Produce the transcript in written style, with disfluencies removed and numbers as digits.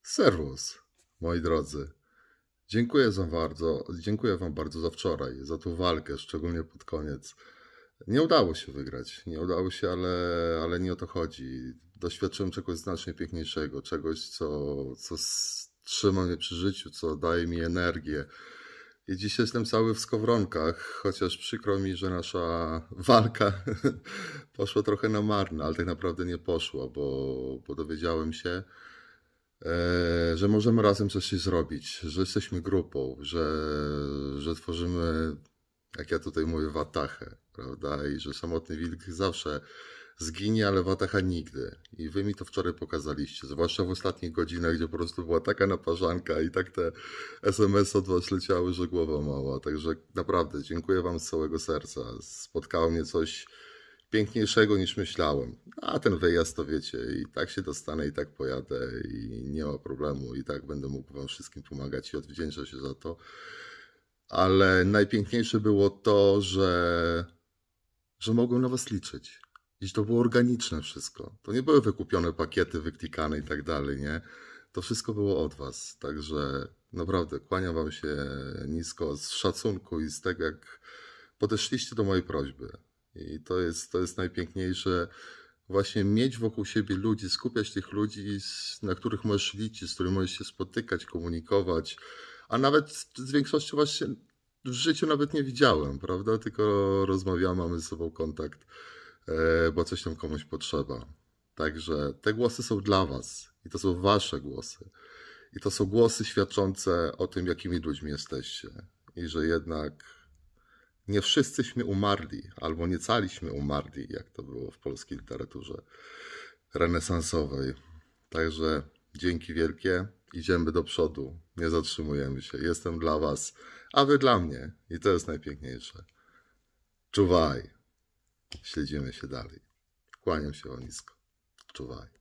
Serwus, moi drodzy. Dziękuję wam bardzo za wczoraj, za tą walkę, szczególnie pod koniec. Nie udało się wygrać, nie udało się, ale nie o to chodzi. Doświadczyłem czegoś znacznie piękniejszego, czegoś, co trzyma mnie przy życiu, co daje mi energię. I dziś jestem cały w skowronkach, chociaż przykro mi, że nasza walka poszła trochę na marne, ale tak naprawdę nie poszła, bo dowiedziałem się, że możemy razem coś zrobić, że jesteśmy grupą, że tworzymy, jak ja tutaj mówię, watachę, prawda? I że samotny wilk zawsze zginie, ale watacha nigdy. I wy mi to wczoraj pokazaliście, zwłaszcza w ostatnich godzinach, gdzie po prostu była taka naparzanka i tak te SMS od was leciały, że głowa mała. Także naprawdę dziękuję wam z całego serca. Spotkało mnie coś piękniejszego niż myślałem. A ten wyjazd to wiecie, i tak się dostanę, i tak pojadę, i nie ma problemu, i tak będę mógł wam wszystkim pomagać i odwdzięczę się za to. Ale najpiękniejsze było to, że mogłem na was liczyć. I to było organiczne wszystko. To nie były wykupione pakiety, wyklikane i tak dalej, nie? To wszystko było od was. Także naprawdę kłaniam wam się nisko z szacunku i z tego, jak podeszliście do mojej prośby. I to jest najpiękniejsze, właśnie mieć wokół siebie ludzi, skupiać tych ludzi, na których możesz liczyć, z którymi możesz się spotykać, komunikować, a nawet z większością właśnie w życiu nawet nie widziałem, prawda? Tylko rozmawiamy, mamy ze sobą kontakt, bo coś tam komuś potrzeba. Także te głosy są dla was i to są wasze głosy. I to są głosy świadczące o tym, jakimi ludźmi jesteście. I że jednak nie wszyscyśmy umarli, albo nie caliśmy umarli, jak to było w polskiej literaturze renesansowej. Także dzięki wielkie, idziemy do przodu, nie zatrzymujemy się. Jestem dla was, a wy dla mnie. I to jest najpiękniejsze. Czuwaj. Śledzimy się dalej. Kłaniam się o nisko. Czuwaj.